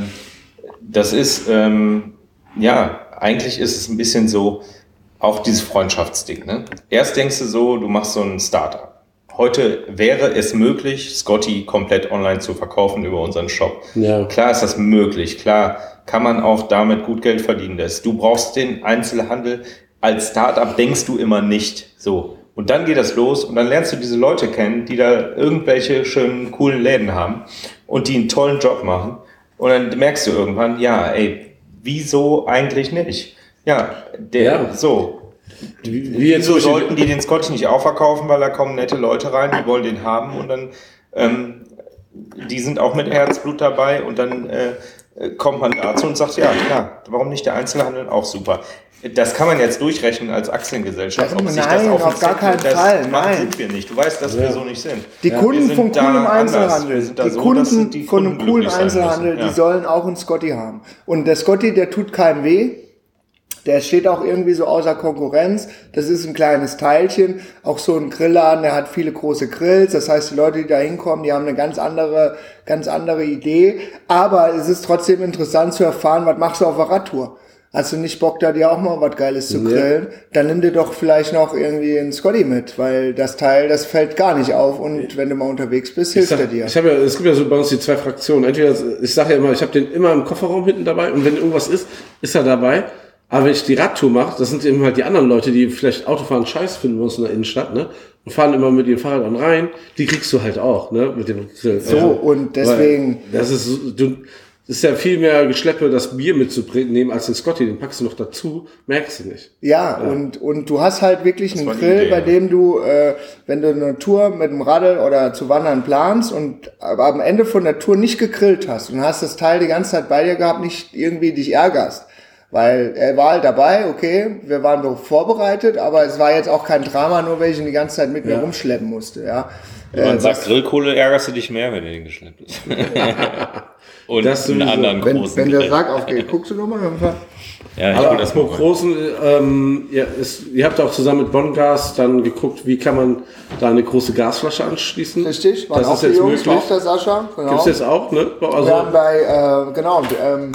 das ist ähm, ja eigentlich ist es ein bisschen so auch dieses Freundschaftsding. Ne? Erst denkst du so, du machst so ein Startup. Heute wäre es möglich, Scotty komplett online zu verkaufen über unseren Shop. Ja. Klar ist das möglich. Klar kann man auch damit gut Geld verdienen. Du brauchst den Einzelhandel. Als Startup denkst du immer nicht so. Und dann geht das los und dann lernst du diese Leute kennen, die da irgendwelche schönen, coolen Läden haben und die einen tollen Job machen. Und dann merkst du irgendwann, ja, ey, wieso eigentlich nicht? Ja, der, ja. so. Wie, wie jetzt Wieso sollten die den Scotty nicht auch verkaufen, weil da kommen nette Leute rein, die wollen den haben und dann, ähm, die sind auch mit Herzblut dabei und dann äh, kommt man dazu und sagt, ja klar, warum nicht der Einzelhandel, auch super. Das kann man jetzt durchrechnen als Aktiengesellschaft. Ob nein, sich das auf, auf gar keinen das Fall. Nein, sind wir nicht. Du weißt, dass ja. wir so nicht sind. Die ja. Kunden von coolem Einzelhandel, die so, Kunden die von einem coolen Einzelhandel, ja. die sollen auch einen Scotty haben. Und der Scotty, der tut keinem weh. Der steht auch irgendwie so außer Konkurrenz. Das ist ein kleines Teilchen. Auch so ein Grillladen, der hat viele große Grills. Das heißt, die Leute, die da hinkommen, die haben eine ganz andere, ganz andere Idee. Aber es ist trotzdem interessant zu erfahren, was machst du auf der Radtour? Hast du nicht Bock, da dir auch mal was Geiles zu grillen? Ja. Dann nimm dir doch vielleicht noch irgendwie einen Scotty mit, weil das Teil, das fällt gar nicht auf. Und wenn du mal unterwegs bist, hilft er dir. Ich habe ja, es gibt ja so bei uns die zwei Fraktionen. Entweder, ich sage ja immer, ich habe den immer im Kofferraum hinten dabei und wenn irgendwas ist, ist er dabei. Aber wenn ich die Radtour mache, das sind eben halt die anderen Leute, die vielleicht Autofahren scheiß finden bei uns in der Innenstadt, ne? Und fahren immer mit ihren Fahrrädern rein. Die kriegst du halt auch, ne? Mit dem Grill. So, ja. Und deswegen. Weil das ist, du, das ist ja viel mehr Geschleppe, das Bier mitzunehmen als den Scotty. Den packst du noch dazu, merkst du nicht. Ja, ja. und, und du hast halt wirklich das einen Grill, Idee, bei dem du, äh, wenn du eine Tour mit dem Radl oder zu wandern planst und aber am Ende von der Tour nicht gegrillt hast und hast das Teil die ganze Zeit bei dir gehabt, nicht irgendwie dich ärgerst. Weil er war halt dabei, okay, wir waren doch vorbereitet, aber es war jetzt auch kein Drama, nur weil ich ihn die ganze Zeit mit ja. mir rumschleppen musste, ja. Wenn man äh, sagt Grillkohle, ärgerst du dich mehr, wenn du den geschleppt hast. Und das einen anderen wenn, großen Wenn der Sack aufgeht, guckst du nochmal? Ja, ich aber das großen, ähm, ja, ist, ihr habt auch zusammen mit Bongas dann geguckt, wie kann man da eine große Gasflasche anschließen. Richtig, war das auch ist jetzt Jungs, möglich. Auch der Sascha. Genau. Gibt's jetzt auch, ne? Also, wir haben bei, äh, genau, ähm,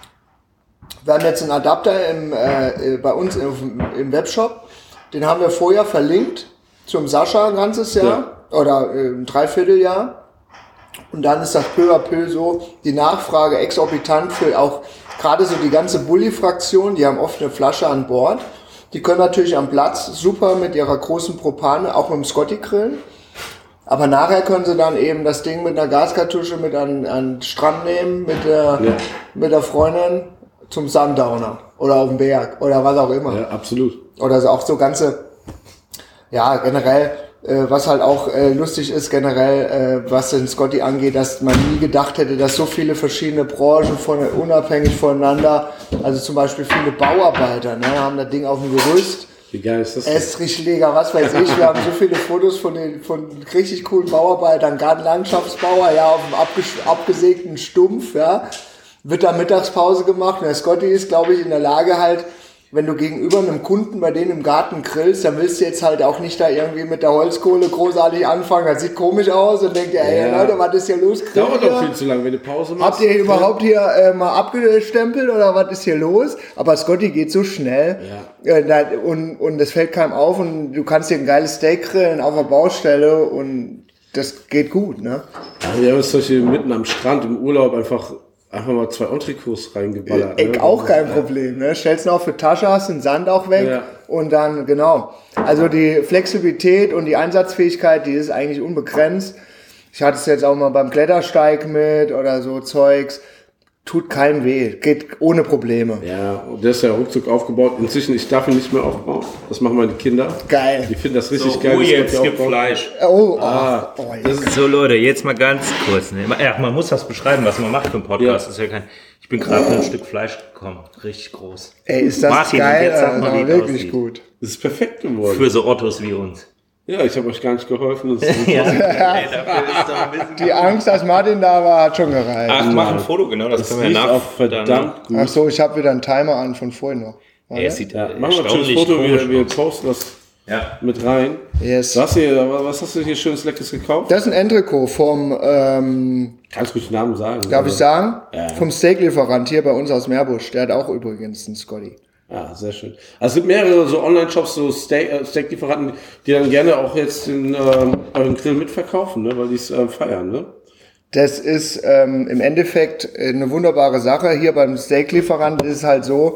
wir haben jetzt einen Adapter im, äh, bei uns im, im Webshop. Den haben wir vorher verlinkt zum Sascha ein ganzes Jahr ja. oder äh, ein Dreivierteljahr. Und dann ist das peu à peu so, die Nachfrage exorbitant für auch gerade so die ganze Bulli-Fraktion, die haben oft eine Flasche an Bord. Die können natürlich am Platz super mit ihrer großen Propane, auch mit dem Scotty grillen. Aber nachher können sie dann eben das Ding mit einer Gaskartusche mit an, an den Strand nehmen, mit der, ja. mit der Freundin zum Sundowner oder auf dem Berg oder was auch immer. Ja, absolut. Oder so auch so ganze, ja, generell, äh, was halt auch äh, lustig ist, generell, äh, was den Scotty angeht, dass man nie gedacht hätte, dass so viele verschiedene Branchen von, unabhängig voneinander, also zum Beispiel viele Bauarbeiter, ne, haben das Ding auf dem Gerüst. Wie geil ist das? Estrichleger, was weiß ich. Wir haben so viele Fotos von den von richtig coolen Bauarbeitern, Gartenlandschaftsbauer, ja, auf dem abges- abgesägten Stumpf, ja. Wird da Mittagspause gemacht und der Scotty ist, glaube ich, in der Lage halt, wenn du gegenüber einem Kunden bei denen im Garten grillst, dann willst du jetzt halt auch nicht da irgendwie mit der Holzkohle großartig anfangen. Das sieht komisch aus und denkt, ey, ja. Leute, was ist hier los? Dauert doch viel zu lange, wenn du Pause machst. Habt ihr überhaupt hier äh, mal abgestempelt oder was ist hier los? Aber Scotty geht so schnell ja. äh, da, und und das fällt keinem auf und du kannst dir ein geiles Steak grillen auf der Baustelle und das geht gut, ne? Ja, wir haben jetzt solche mitten am Strand im Urlaub einfach einfach mal zwei Entrecots reingeballert. Äh, ne? Auch kein Problem, ne? Stellst ihn auf für Tasche, hast den Sand auch weg ja. und dann, genau. Also die Flexibilität und die Einsatzfähigkeit, die ist eigentlich unbegrenzt. Ich hatte es jetzt auch mal beim Klettersteig mit oder so Zeugs. Tut keinem weh, geht ohne Probleme. Ja, und der ist ja ruckzuck aufgebaut. Inzwischen, ich darf ihn nicht mehr aufbauen. Das machen meine Kinder. Geil. Die finden das richtig So, geil. oh, das jetzt Scotty gibt aufbauen. Fleisch. Oh, Ah, oh, oh das jetzt. ist, So Leute, jetzt mal ganz kurz. Ne? Ja, man muss das beschreiben, was man macht für einen Podcast. Ja. Das ist ja kein. Ich bin gerade mit ein Stück Fleisch gekommen, richtig groß. Ey, ist das Martin, geil, jetzt sag mal, Alter, wie es wirklich aussieht. gut. das ist perfekt geworden. Für so Ottos wie uns. Ja, ich habe euch gar nicht geholfen. Das ist Ja, ey, dafür ist doch ein bisschen. Die Angst, dass Martin da war, hat schon gereicht. Ach, mach ein Foto, genau, das, das können wir riecht nach. auch verdammt gut. Ach so, ich habe wieder einen Timer an von vorhin noch. Ey, es sieht Ja, machen wir ein schönes erstaunlich Foto, komisch wir, wir aus. posten das Ja. mit rein. Yes. Was, hier, was hast du hier schönes Leckeres gekauft? Das ist ein Entrecot vom, ähm, Kannst du ruhig den Namen sagen? darf ich sagen? Ja. Vom Steaklieferant hier bei uns aus Meerbusch. Der hat auch übrigens einen Scotty. Ja, sehr schön. Also es gibt mehrere so Online-Shops, so Steak, äh, Steak-Lieferanten, die dann gerne auch jetzt den, ähm, euren Grill mitverkaufen, ne? Weil die es äh, feiern, ne? Das ist ähm, im Endeffekt eine wunderbare Sache. Hier beim Steaklieferant ist es halt so,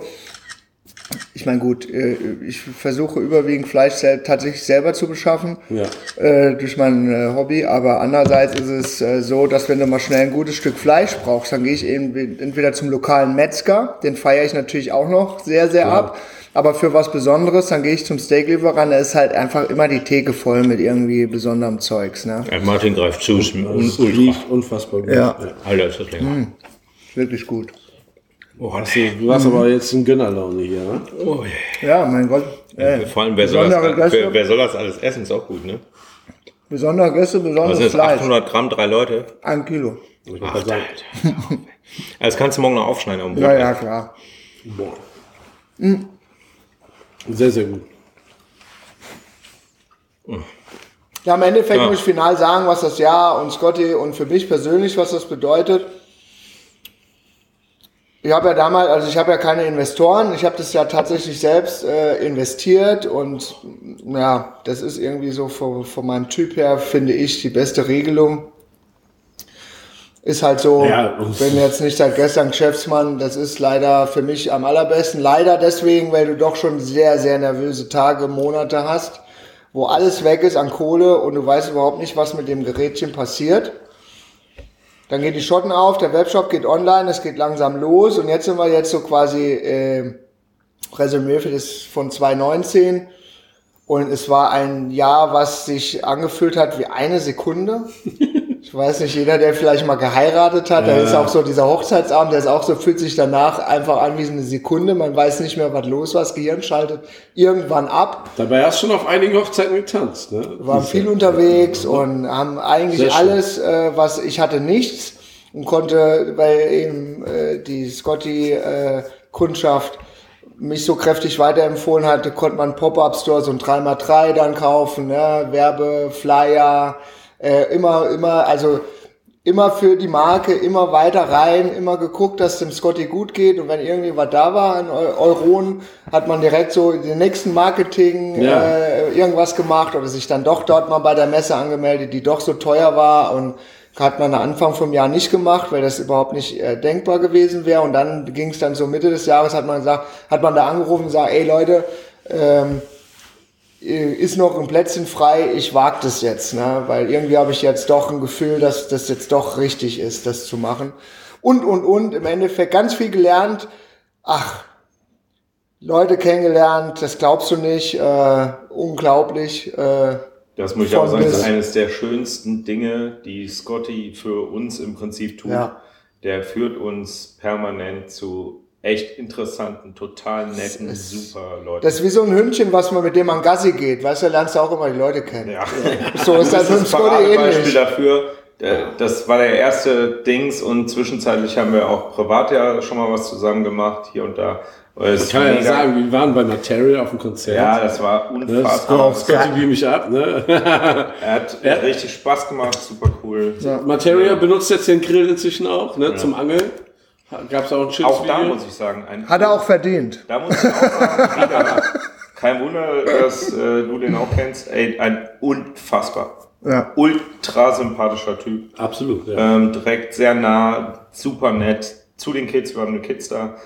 ich meine gut, äh, ich versuche überwiegend Fleisch sel- tatsächlich selber zu beschaffen, Ja. äh, durch mein äh, Hobby, aber andererseits ist es äh, so, dass wenn du mal schnell ein gutes Stück Fleisch brauchst, dann gehe ich eben entweder zum lokalen Metzger, den feiere ich natürlich auch noch sehr, sehr ab, aber für was Besonderes, dann gehe ich zum Steaklieferant, da ist halt einfach immer die Theke voll mit irgendwie besonderem Zeugs, ne? Ja, Martin greift zu, ist mir un- Das ultra. riecht unfassbar gut. Ja. Alter, ist das lecker. Wirklich gut. Oh, hast du, du hast aber jetzt in Gönnerlaune hier, ne? Oh, Ja, mein Gott. Äh, Vor allem, wer soll, das, besondere Gäste, wer, wer soll das alles essen? Ist auch gut, ne? besondere Gäste, Was besonderes sind das? Fleisch. achthundert Gramm, drei Leute? Ein Kilo. Ich wollte gerade sagen. Das kannst du morgen noch aufschneiden. Am Ja, Brot. ja, klar. Boah. Sehr, sehr gut. Ja, im Endeffekt Ja. muss ich final sagen, was das Jahr und Scotty und für mich persönlich, was das bedeutet. Ich habe ja damals, also ich habe ja keine Investoren, ich habe das ja tatsächlich selbst äh, investiert und ja, das ist irgendwie so von, von meinem Typ her, finde ich, die beste Regelung. Ist halt so, Ja. bin jetzt nicht seit gestern Geschäftsmann, das ist leider für mich am allerbesten. Leider deswegen, weil du doch schon sehr, sehr nervöse Tage, Monate hast, wo alles weg ist an Kohle und du weißt überhaupt nicht, was mit dem Gerätchen passiert. Dann geht die Schotten auf, der Webshop geht online, es geht langsam los und jetzt sind wir jetzt so quasi äh, Resümee für das von zwanzig neunzehn und es war ein Jahr, was sich angefühlt hat wie eine Sekunde. Ich weiß nicht, jeder, der vielleicht mal geheiratet hat, da ist auch so dieser Hochzeitsabend, der ist auch so, fühlt sich danach einfach an wie eine Sekunde, man weiß nicht mehr, was los war, das Gehirn schaltet irgendwann ab. Dabei hast du schon auf einigen Hochzeiten getanzt, ne? Wir waren viel unterwegs und haben eigentlich Sehr schön. alles, äh, was ich hatte, nichts und konnte, weil eben äh, die Scotty-Kundschaft mich so kräftig weiterempfohlen hatte, konnte man Pop-Up-Store, so ein drei mal drei dann kaufen, ne? Werbe, Flyer, äh, immer, immer, also immer für die Marke, immer weiter rein, immer geguckt, dass dem Scotty gut geht und wenn irgendwie was da war in Eu- Euronen, hat man direkt so den nächsten Marketing Ja. äh, irgendwas gemacht oder sich dann doch dort mal bei der Messe angemeldet, die doch so teuer war und Hat man am Anfang vom Jahr nicht gemacht, weil das überhaupt nicht äh, denkbar gewesen wäre. Und dann ging es dann so Mitte des Jahres, hat man gesagt, hat man da angerufen und gesagt, ey Leute, ähm, ist noch ein Plätzchen frei, ich wage das jetzt, ne? Weil irgendwie habe ich jetzt doch ein Gefühl, dass das jetzt doch richtig ist, das zu machen. Und, und, und, im Endeffekt ganz viel gelernt. Ach, Leute kennengelernt, das glaubst du nicht, äh, unglaublich. Äh, Das muss ich auch sagen, das ist eines der schönsten Dinge, die Scotty für uns im Prinzip tut. Ja. Der führt uns permanent zu echt interessanten, total netten, das ist, super Leuten. Das ist wie so ein Hündchen, was man mit dem an Gassi geht. Weißt du, da lernst du auch immer die Leute kennen. Ja. So ist das mit Scotty ähnlich. Dafür, das war der erste Dings und zwischenzeitlich haben wir auch privat ja schon mal was zusammen gemacht, hier und da. Ich kann ja sagen, wir waren bei Material auf dem Konzert. Ja, das war unfassbar. Das Scotty beam mich ab, ne? Er hat ja. richtig Spaß gemacht, super cool. Ja. Material benutzt jetzt den Grill inzwischen auch, ne, ja. zum Angeln. Gab es auch ein schönes Auch da Video. muss ich sagen. Ein hat er auch verdient. Da muss ich auch sagen, wieder. Kein Wunder, dass äh, du den auch kennst. Ey, ein unfassbar, ja. ultra sympathischer Typ. Absolut, ja. Ähm, direkt sehr nah, super nett. Zu den Kids, wir haben eine Kids da.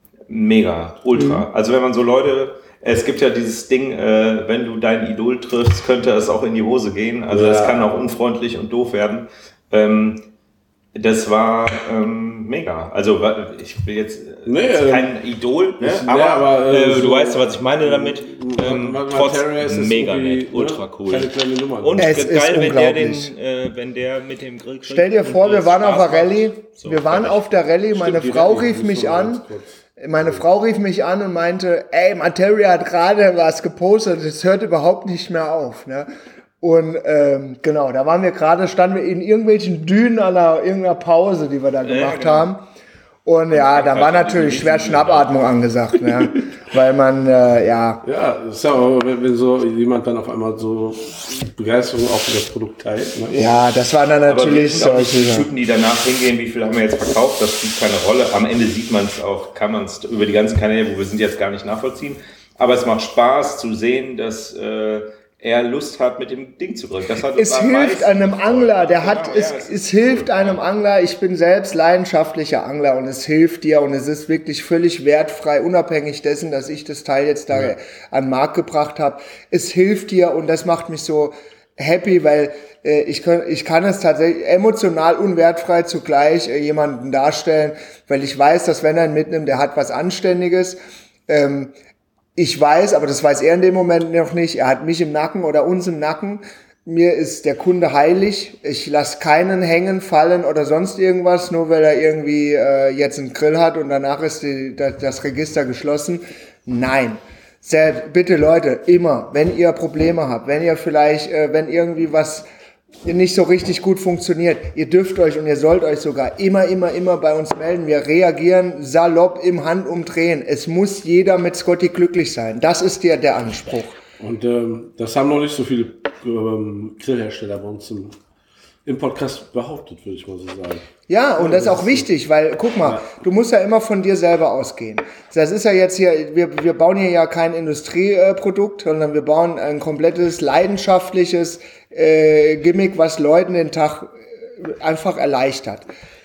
Mega, ultra. Mhm. Also wenn man so Leute, es gibt ja dieses Ding, äh, wenn du dein Idol triffst, könnte es auch in die Hose gehen. Also es ja. kann auch unfreundlich und doof werden. Ähm, das war ähm, mega. Also ich will jetzt, nee, jetzt kein Idol, ne? aber, ja, aber äh, äh, du so weißt, was ich meine damit. Ähm, trotzdem mega nett, ultra cool. Keine kleine Nummer. Und es geil, wenn der, den, äh, wenn der mit dem Grill... Stell dir vor, wir waren auf der Rallye, so, wir waren auf der Rallye, meine Stimmt, Frau rief mich an. Meine Frau rief mich an und meinte, ey, Materia hat gerade was gepostet, das hört überhaupt nicht mehr auf. Ne? Und ähm, genau, da waren wir gerade, standen wir in irgendwelchen Dünen an einer, irgendeiner Pause, die wir da gemacht ja, genau. haben. Und ja, da war natürlich schwer Schnappatmung angesagt, ne? Weil man, äh, ja... Ja, das ist ja aber, wenn so jemand dann auf einmal so Begeisterung auch für das Produkt teilt. Ne? Ja, das waren dann natürlich solche... Die Typen, die danach hingehen, wie viel haben wir jetzt verkauft, das spielt keine Rolle. Am Ende sieht man es auch, kann man es über die ganzen Kanäle, wo wir sind, jetzt gar nicht nachvollziehen. Aber es macht Spaß zu sehen, dass... Äh, er Lust hat, mit dem Ding zu drücken. Das hat es hilft einem Angler, der hat, genau, es, ja, es, es hilft cool. einem Angler, ich bin selbst leidenschaftlicher Angler und es hilft dir und es ist wirklich völlig wertfrei, unabhängig dessen, dass ich das Teil jetzt da ja. an den Markt gebracht habe. Es hilft dir und das macht mich so happy, weil äh, ich, kann, ich kann es tatsächlich emotional und wertfrei zugleich äh, jemanden darstellen, weil ich weiß, dass wenn er ihn mitnimmt, der hat was Anständiges. Ähm, Ich weiß, aber das weiß er in dem Moment noch nicht, er hat mich im Nacken oder uns im Nacken. Mir ist der Kunde heilig. Ich lasse keinen hängen, fallen oder sonst irgendwas, nur weil er irgendwie äh, jetzt einen Grill hat und danach ist die, das, das Register geschlossen. Nein. Sehr, bitte Leute, immer, wenn ihr Probleme habt, wenn ihr vielleicht, äh, wenn irgendwie was nicht so richtig gut funktioniert, ihr dürft euch und ihr sollt euch sogar immer, immer, immer bei uns melden. Wir reagieren salopp im Handumdrehen. Es muss jeder mit Scotty glücklich sein. Das ist ja der Anspruch. Und ähm, das haben noch nicht so viele ähm, Grillhersteller bei uns im, im Podcast behauptet, würde ich mal so sagen. Ja, und ja, das ist auch wichtig, weil, guck mal, ja. du musst ja immer von dir selber ausgehen. Das ist ja jetzt hier, wir, wir bauen hier ja kein Industrieprodukt, sondern wir bauen ein komplettes, leidenschaftliches äh, Gimmick, was Leuten den Tag einfach erleichtert.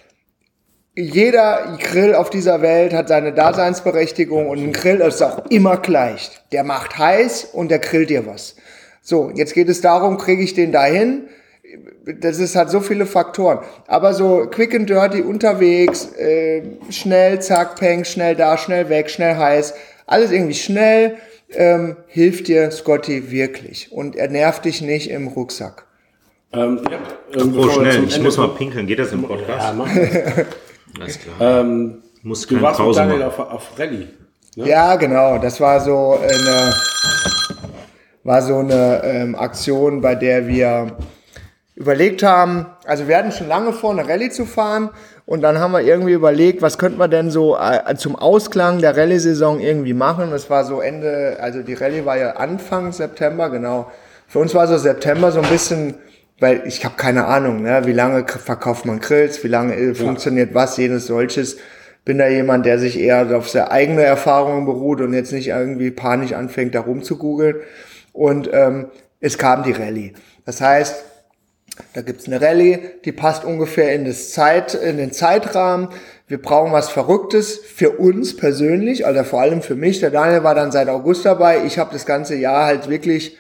Jeder Grill auf dieser Welt hat seine Daseinsberechtigung und ein Grill ist auch immer gleich. Der macht heiß und der grillt dir was. So, jetzt geht es darum, kriege ich den dahin? Das ist halt so viele Faktoren. Aber so quick and dirty unterwegs, äh, schnell, zack, peng, schnell da, schnell weg, schnell heiß. Alles irgendwie schnell, ähm, hilft dir Scotty wirklich. Und er nervt dich nicht im Rucksack. Ähm, ja, ähm, oh, schnell, ich muss mal pinkeln. Geht das im Podcast? Ja, mach das. Alles klar. Ähm, muss du warst mit Daniel auf, auf Rallye. Ne? Ja, genau. Das war so eine, war so eine ähm, Aktion, bei der wir überlegt haben, also wir hatten schon lange vor, eine Rallye zu fahren und dann haben wir irgendwie überlegt, was könnte man denn so äh, zum Ausklang der Rallye-Saison irgendwie machen. Das war so Ende, also die Rallye war ja Anfang September, genau. Für uns war so September so ein bisschen, weil ich habe keine Ahnung, ne, wie lange verkauft man Grills, wie lange äh, funktioniert was, jenes solches. Bin da jemand, der sich eher auf seine eigene Erfahrungen beruht und jetzt nicht irgendwie panisch anfängt, da rumzugoogeln. Und ähm, es kam die Rallye. Das heißt, Da gibt's eine Rallye, die passt ungefähr in, das Zeit, in den Zeitrahmen. Wir brauchen was Verrücktes für uns persönlich, also vor allem für mich. Der Daniel war dann seit August dabei. Ich habe das ganze Jahr halt wirklich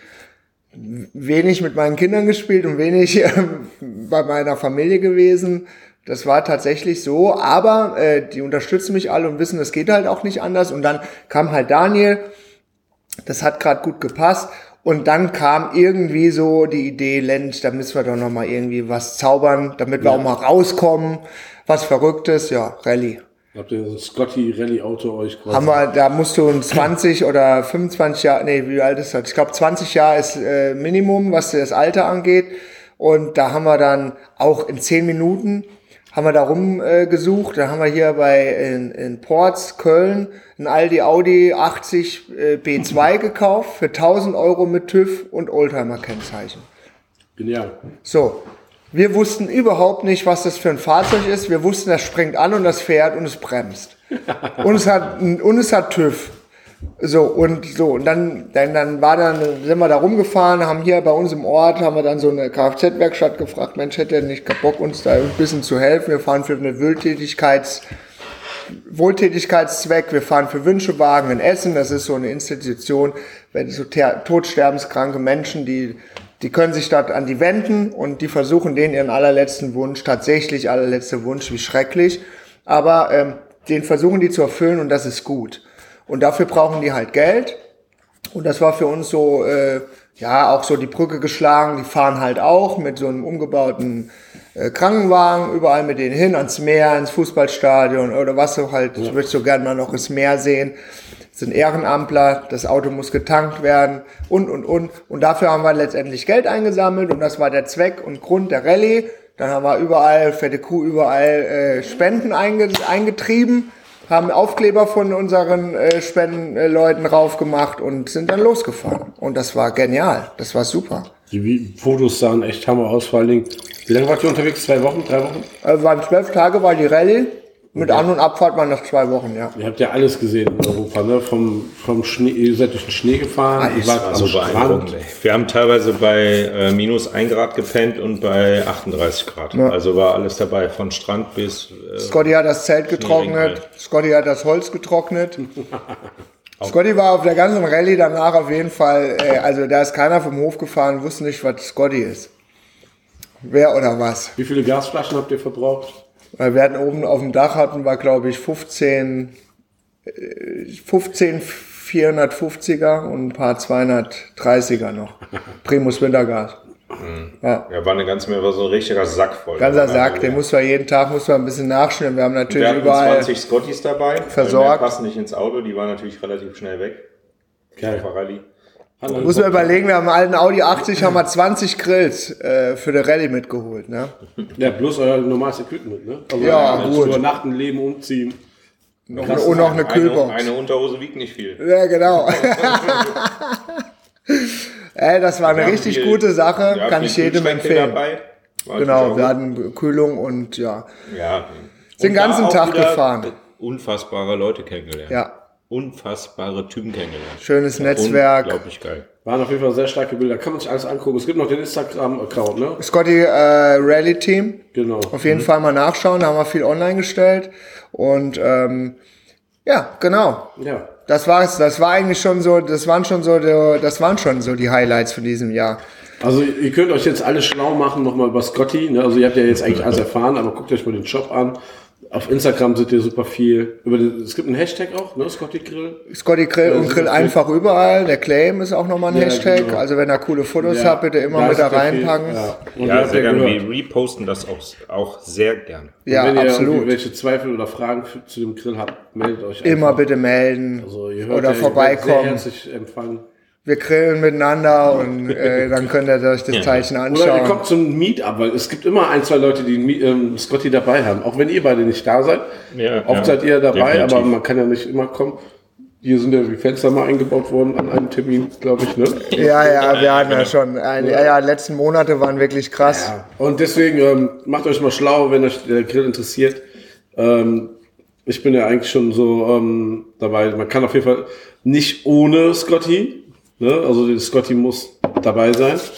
wenig mit meinen Kindern gespielt und wenig äh, bei meiner Familie gewesen. Das war tatsächlich so, aber äh, die unterstützen mich alle und wissen, es geht halt auch nicht anders. Und dann kam halt Daniel, das hat gerade gut gepasst. Und dann kam irgendwie so die Idee, Lenz, da müssen wir doch noch mal irgendwie was zaubern, damit wir ja. auch mal rauskommen, was Verrücktes, ja, Rallye. Habt ihr ein Scotty Rallye Auto euch quasi? Haben wir, da musst du ein zwanzig oder fünfundzwanzig Jahre, nee, wie alt ist das? Ich glaube zwanzig Jahre ist äh, Minimum, was das Alter angeht. Und da haben wir dann auch in zehn Minuten haben wir da rumgesucht. Äh, da haben wir hier bei in, in Porz, Köln, ein Aldi Audi achtzig äh, B zwei gekauft für tausend Euro mit TÜV und Oldtimer-Kennzeichen. Genial. So, wir wussten überhaupt nicht, was das für ein Fahrzeug ist. Wir wussten, das springt an und das fährt und es bremst. und es hat und es hat TÜV. So, und so, und dann, dann, dann war dann, sind wir da rumgefahren, haben hier bei uns im Ort, haben wir dann so eine Kfz-Werkstatt gefragt, Mensch, hätte er nicht Bock, uns da ein bisschen zu helfen? Wir fahren für eine Wohltätigkeits, Wohltätigkeitszweck, wir fahren für Wünschewagen in Essen, das ist so eine Institution, wenn so ter- todsterbenskranke Menschen, die, die können sich dort an die wenden und die versuchen denen ihren allerletzten Wunsch, tatsächlich allerletzter Wunsch, wie schrecklich, aber ähm, den versuchen die zu erfüllen und das ist gut. Und dafür brauchen die halt Geld. Und das war für uns so, äh, ja, auch so die Brücke geschlagen. Die fahren halt auch mit so einem umgebauten äh, Krankenwagen überall mit denen hin, ans Meer, ins Fußballstadion oder was so halt. Ja. Ich würde so gerne mal noch das Meer sehen. Das sind Ehrenamtler, das Auto muss getankt werden und, und, und. Und dafür haben wir letztendlich Geld eingesammelt und das war der Zweck und Grund der Rallye. Dann haben wir überall, fette Kuh, überall äh, Spenden einge- eingetrieben. Haben Aufkleber von unseren äh, Spendenleuten raufgemacht und sind dann losgefahren. Und das war genial. Das war super. Die wie, Fotos sahen echt Hammer aus, vor allen Dingen. Wie lange wart ihr unterwegs? Zwei Wochen? Drei Wochen? Also waren zwölf Tage, war die Rallye. Mit An- und Abfahrt waren das zwei Wochen, ja. Ihr habt ja alles gesehen in Europa, ne? Vom, vom Schnee, ihr seid durch den Schnee gefahren, ihr wart am so Strand. Wir haben teilweise bei äh, minus ein Grad gepennt und bei achtunddreißig Grad. Ja. Also war alles dabei, von Strand bis... Äh, Scotty hat das Zelt getrocknet, Scotty hat das Holz getrocknet. Scotty war auf der ganzen Rallye danach auf jeden Fall, äh, also da ist keiner vom Hof gefahren, wusste nicht, was Scotty ist. Wer oder was. Wie viele Gasflaschen habt ihr verbraucht? Weil wir hatten oben auf dem Dach hatten wir, glaube ich, fünfzehn, fünfzehn vierhundertfünfziger und ein paar zweihundertdreißiger noch. Primus Wintergas. Mhm. Ja. ja, war eine ganze Menge, war so ein richtiger Sack voll. Ganzer Sack, den muss man jeden Tag muss man ein bisschen nachschneiden. Wir haben natürlich wir hatten überall zwanzig Scottys dabei. Versorgt. Die passen nicht ins Auto, die waren natürlich relativ schnell weg. Geil. Rallye. Muss man überlegen, wir haben einen alten Audi achtzig, haben wir zwanzig Grills äh, für die Rallye mitgeholt, ne? Ja, bloß euer normales Equipment, ne? Also ja, gut. Übernachten, leben, umziehen. Noch eine, und noch eine Kühlbox. Eine, eine Unterhose wiegt nicht viel. Ja, genau. Ey, das war eine wir richtig viel, gute Sache, ja, kann ich jedem empfehlen. Dabei. Genau, wir hatten Kühlung und ja. Ja. Sind den ganzen Tag gefahren. Unfassbare Leute kennengelernt. Ja. Unfassbare Typen kennengelernt. Schönes Netzwerk. Unglaublich geil. Waren auf jeden Fall sehr starke Bilder. Kann man sich alles angucken. Es gibt noch den Instagram-Account, ne? Scotty äh, Rally Team. Genau. Auf jeden mhm. Fall mal nachschauen. Da haben wir viel online gestellt. Und ähm, ja, genau. Ja. Das war's. Das war eigentlich schon so. Das waren schon so. Das waren schon so die Highlights von diesem Jahr. Also ihr könnt euch jetzt alle schlau machen nochmal über Scotty. Ne? Also ihr habt ja jetzt eigentlich alles erfahren, aber guckt euch mal den Shop an. Auf Instagram seht ihr super viel. Über den, es gibt einen Hashtag auch, ne? Scotty Grill. Scotty Grill und Grill einfach überall. Der Claim ist auch nochmal ein ja, Hashtag. Genau. Also wenn ihr coole Fotos ja, habt, bitte immer mit da reinpacken. Ja, und ja sehr gerne. Wir reposten das auch, auch sehr gerne. Ja, und wenn absolut. ihr welche Zweifel oder Fragen für, zu dem Grill habt, meldet euch einfach. Immer bitte melden. Also ihr hört oder ja, vorbeikommen. Sehr herzlich empfangen. Wir grillen miteinander und äh, dann könnt ihr euch das Teilchen anschauen. Oder ihr kommt zum Meetup, weil es gibt immer ein, zwei Leute, die ähm, Scotty dabei haben. Auch wenn ihr beide nicht da seid. Ja, oft ja, seid ihr dabei, definitiv. Aber man kann ja nicht immer kommen. Hier sind ja die Fenster mal eingebaut worden an einem Termin, glaube ich, ne? Ja, ja, wir hatten ja schon. Ein, ja, ja, letzten Monate waren wirklich krass. Ja. Und deswegen ähm, macht euch mal schlau, wenn euch der Grill interessiert. Ähm, ich bin ja eigentlich schon so ähm, dabei. Man kann auf jeden Fall nicht ohne Scotty. Ne? Also der Scotty muss dabei sein.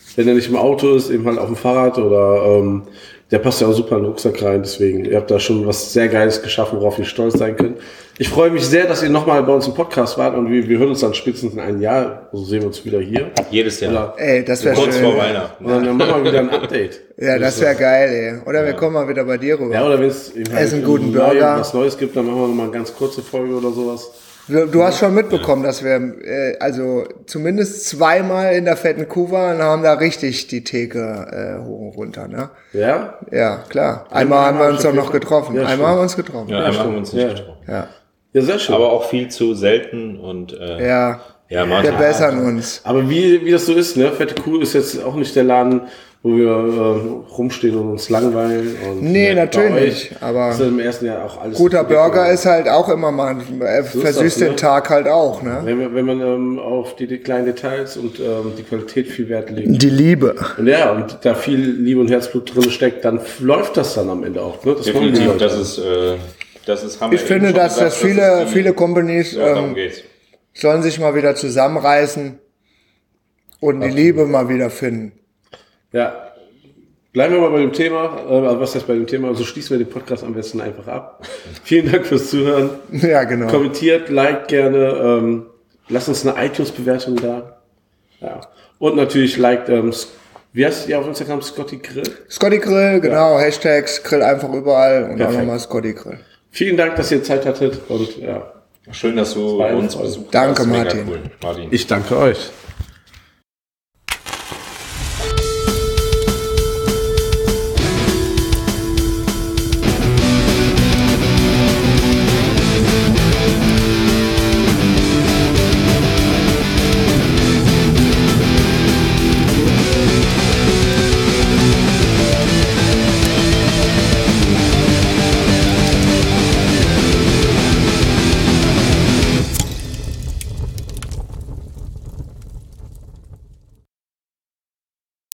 wenn er nicht im Auto ist, eben halt auf dem Fahrrad oder ähm, der passt ja auch super in den Rucksack rein. Deswegen, ihr habt da schon was sehr Geiles geschaffen, worauf ihr stolz sein könnt. Ich freue mich sehr, dass ihr nochmal bei uns im Podcast wart und wir, wir hören uns dann spätestens in einem Jahr. So sehen wir uns wieder hier. Jedes Jahr. Oder, Ey, das wäre Kurz schön. vor Weihnachten. und dann machen wir wieder ein Update. Ja, das wäre geil, ey. Oder wir kommen mal wieder bei dir rüber. Ja, oder wenn es eben halt Essen guten neu Burger. was Neues gibt, dann machen wir nochmal eine ganz kurze Folge oder sowas. Du, du hast schon mitbekommen, dass wir äh, also zumindest zweimal in der fetten Kuh waren und haben da richtig die Theke äh, hoch und runter, ne? Ja? Ja, klar. Einmal haben wir uns doch noch getroffen. Ja, Einmal stimmt. haben wir uns getroffen. Ja, Ja. einmal haben wir uns nicht Ja. getroffen. Ja. Ja, sehr schön. Aber auch viel zu selten und äh, Ja. ja, Wir Martin. bessern uns. Aber wie, wie das so ist, ne? Fette Kuh ist jetzt auch nicht der Laden, wo wir äh, rumstehen und uns langweilen. Und Nee, bei natürlich euch nicht, aber ist ja im ersten Jahr auch alles. Guter dick Burger geworden. ist halt auch immer mal, er versüßt das, ne? den Tag halt auch, ne? Wenn, wir, wenn man ähm, auf die, die kleinen Details und ähm, die Qualität viel Wert legt. Die Liebe. Und ja, und da viel Liebe und Herzblut drin steckt, dann läuft das dann am Ende auch. Ne? Das wollen die Definitiv, Leute. das ist, äh, das ist, haben Ich wir finde, eben schon dass, gesagt, dass viele, ist die- viele Companies Ja, darum ähm, geht's. sollen sich mal wieder zusammenreißen und die Liebe mal wieder finden. Ja. Bleiben wir mal bei dem Thema, äh, also was heißt bei dem Thema, also schließen wir den Podcast am besten einfach ab. Vielen Dank fürs Zuhören. Ja, genau. Kommentiert, liked gerne, ähm, lasst uns eine iTunes-Bewertung da. Ja. Und natürlich liked, ähm, wie heißt ihr auf Instagram, Scotty Grill? Scotty Grill, genau, Hashtags, Grill einfach überall und Perfekt. auch nochmal Scotty Grill. Vielen Dank, dass ihr Zeit hattet und ja, Schön, dass du war eine uns Freude. besucht Danke, hast. Mega Martin. Cool. Martin. ich danke euch.